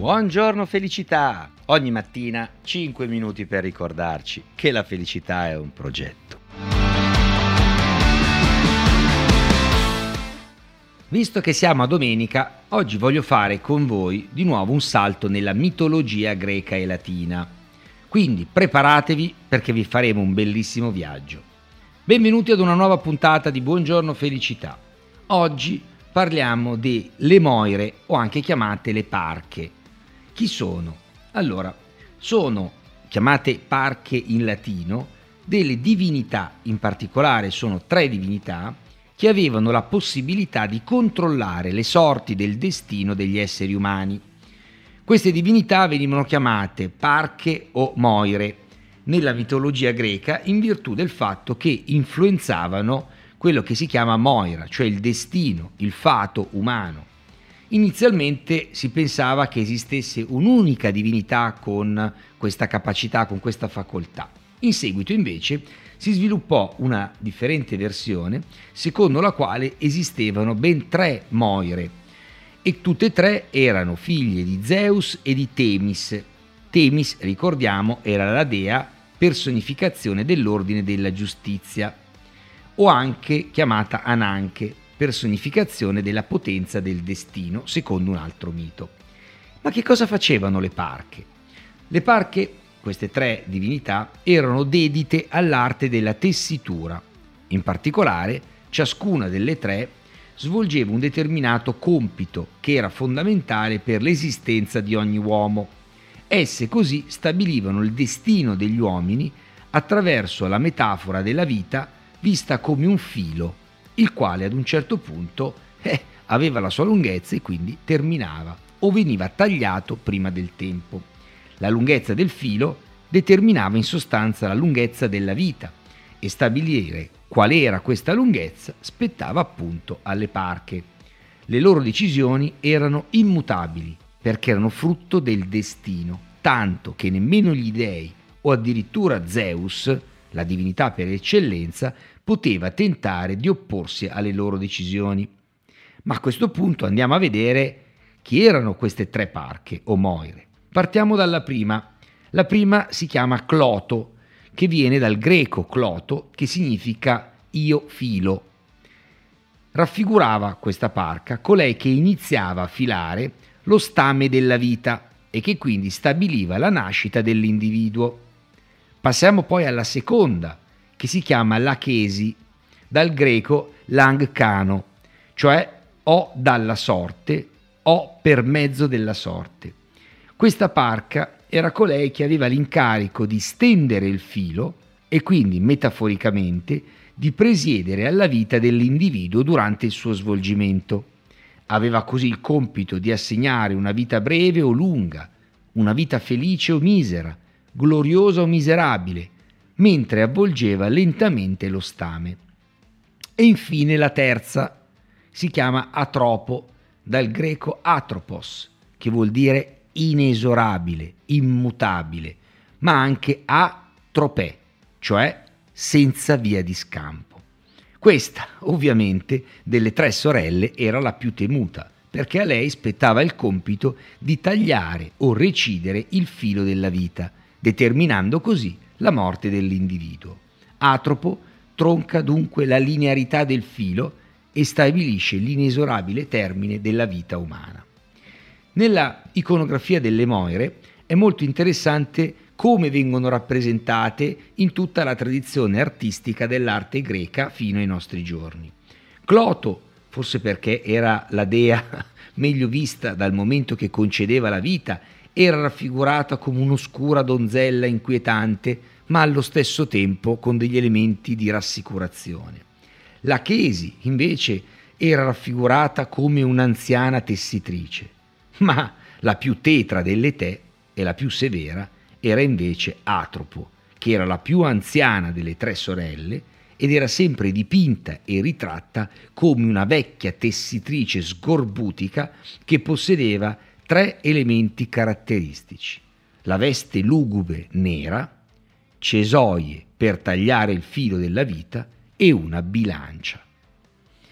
Buongiorno felicità! Ogni mattina 5 minuti per ricordarci che la felicità è un progetto. Visto che siamo a domenica, oggi voglio fare con voi di nuovo un salto nella mitologia greca e latina. Quindi preparatevi perché vi faremo un bellissimo viaggio. Benvenuti ad una nuova puntata di Buongiorno felicità. Oggi parliamo delle Moire o anche chiamate le Parche. Chi sono? Allora, sono chiamate Parche in latino delle divinità, in particolare sono 3 divinità che avevano la possibilità di controllare le sorti del destino degli esseri umani. Queste divinità venivano chiamate Parche o Moire nella mitologia greca in virtù del fatto che influenzavano quello che si chiama Moira, cioè il destino, il fato umano. Inizialmente si pensava che esistesse un'unica divinità con questa capacità, con questa facoltà. In seguito invece si sviluppò una differente versione secondo la quale esistevano ben 3 Moire e tutte e 3 erano figlie di Zeus e di Temis. Temis, ricordiamo, era la dea personificazione dell'ordine della giustizia o anche chiamata Ananke, personificazione della potenza del destino, secondo un altro mito. Ma che cosa facevano le Parche? Le Parche, queste 3 divinità, erano dedite all'arte della tessitura. In particolare, ciascuna delle 3 svolgeva un determinato compito che era fondamentale per l'esistenza di ogni uomo. Esse così stabilivano il destino degli uomini attraverso la metafora della vita vista come un filo, il quale ad un certo punto aveva la sua lunghezza e quindi terminava o veniva tagliato prima del tempo. La lunghezza del filo determinava in sostanza la lunghezza della vita e stabilire qual era questa lunghezza spettava appunto alle Parche. Le loro decisioni erano immutabili perché erano frutto del destino, tanto che nemmeno gli dei o addirittura Zeus, la divinità per eccellenza, poteva tentare di opporsi alle loro decisioni. Ma a questo punto andiamo a vedere chi erano queste 3 Parche o Moire. Partiamo dalla prima. La prima si chiama Cloto, che viene dal greco cloto, che significa io filo. Raffigurava questa parca colei che iniziava a filare lo stame della vita e che quindi stabiliva la nascita dell'individuo. Passiamo poi alla seconda, che si chiama Lachesi, dal greco langkano, cioè o dalla sorte o per mezzo della sorte. Questa parca era colei che aveva l'incarico di stendere il filo e quindi metaforicamente di presiedere alla vita dell'individuo durante il suo svolgimento. Aveva così il compito di assegnare una vita breve o lunga, una vita felice o misera, gloriosa o miserabile, mentre avvolgeva lentamente lo stame. E infine la terza si chiama Atropo, dal greco atropos, che vuol dire inesorabile, immutabile, ma anche atropè, cioè senza via di scampo. Questa, ovviamente, delle 3 sorelle era la più temuta, perché a lei spettava il compito di tagliare o recidere il filo della vita, determinando così la morte dell'individuo. Atropo tronca dunque la linearità del filo e stabilisce l'inesorabile termine della vita umana. Nella iconografia delle Moire è molto interessante come vengono rappresentate in tutta la tradizione artistica dell'arte greca fino ai nostri giorni. Cloto, forse perché era la dea meglio vista dal momento che concedeva la vita, era raffigurata come un'oscura donzella inquietante, ma allo stesso tempo con degli elementi di rassicurazione. Lachesi, invece, era raffigurata come un'anziana tessitrice, ma la più tetra delle 3 e la più severa era invece Atropo, che era la più anziana delle 3 sorelle ed era sempre dipinta e ritratta come una vecchia tessitrice sgorbutica che possedeva 3 elementi caratteristici: la veste lugubre nera, cesoie per tagliare il filo della vita e una bilancia.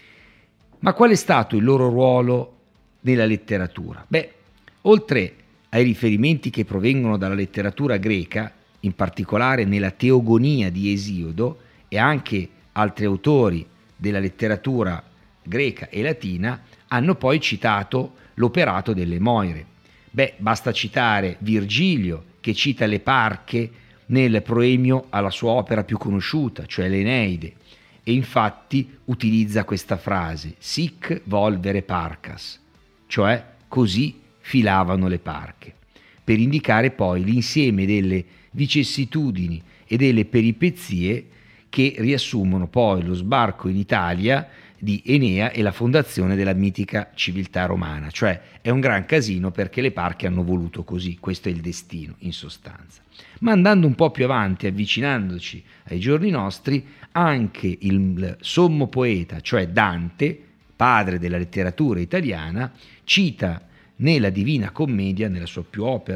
Ma qual è stato il loro ruolo nella letteratura? Oltre ai riferimenti che provengono dalla letteratura greca, in particolare nella Teogonia di Esiodo, e anche altri autori della letteratura greca e latina hanno poi citato l'operato delle Moire. Basta citare Virgilio, che cita le Parche nel proemio alla sua opera più conosciuta, cioè l'Eneide, e infatti utilizza questa frase, sic volvere parcas, cioè così filavano le parche, per indicare poi l'insieme delle vicissitudini e delle peripezie che riassumono poi lo sbarco in Italia di Enea e la fondazione della mitica civiltà romana, cioè è un gran casino perché le parche hanno voluto così, questo è il destino in sostanza. Ma andando un po' più avanti, avvicinandoci ai giorni nostri, anche il sommo poeta, cioè Dante, padre della letteratura italiana, cita nella Divina Commedia, nella sua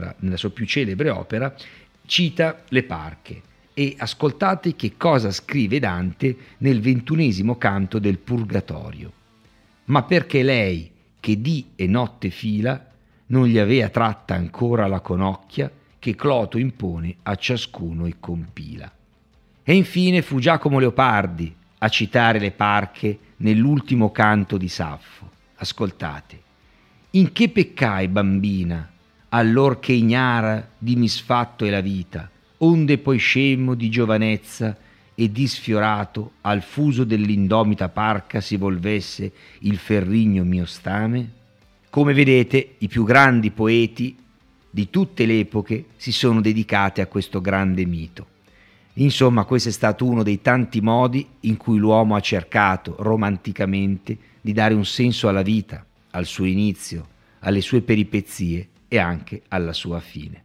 più celebre opera, cita le parche. E ascoltate che cosa scrive Dante nel 21° canto del Purgatorio. Ma perché lei, che dì e notte fila, non gli avea tratta ancora la conocchia, che Cloto impone a ciascuno e compila. E infine fu Giacomo Leopardi a citare le parche nell'ultimo canto di Saffo. Ascoltate. In che peccai, bambina, allor che ignara di misfatto è la vita, onde poi scemo di giovanezza e disfiorato al fuso dell'indomita parca si volvesse il ferrigno mio stame? Come vedete, i più grandi poeti di tutte le epoche si sono dedicati a questo grande mito. Insomma, questo è stato uno dei tanti modi in cui l'uomo ha cercato romanticamente di dare un senso alla vita, al suo inizio, alle sue peripezie e anche alla sua fine.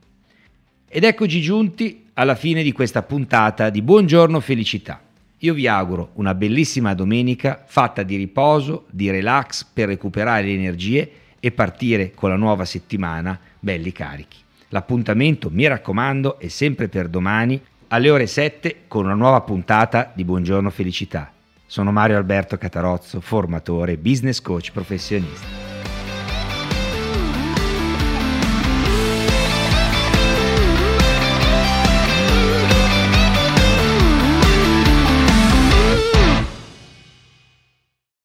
Ed eccoci giunti alla fine di questa puntata di Buongiorno Felicità. Io vi auguro una bellissima domenica fatta di riposo, di relax per recuperare le energie e partire con la nuova settimana belli carichi. L'appuntamento, mi raccomando, è sempre per domani alle ore 7 con una nuova puntata di Buongiorno Felicità. Sono Mario Alberto Catarozzo, formatore, business coach professionista.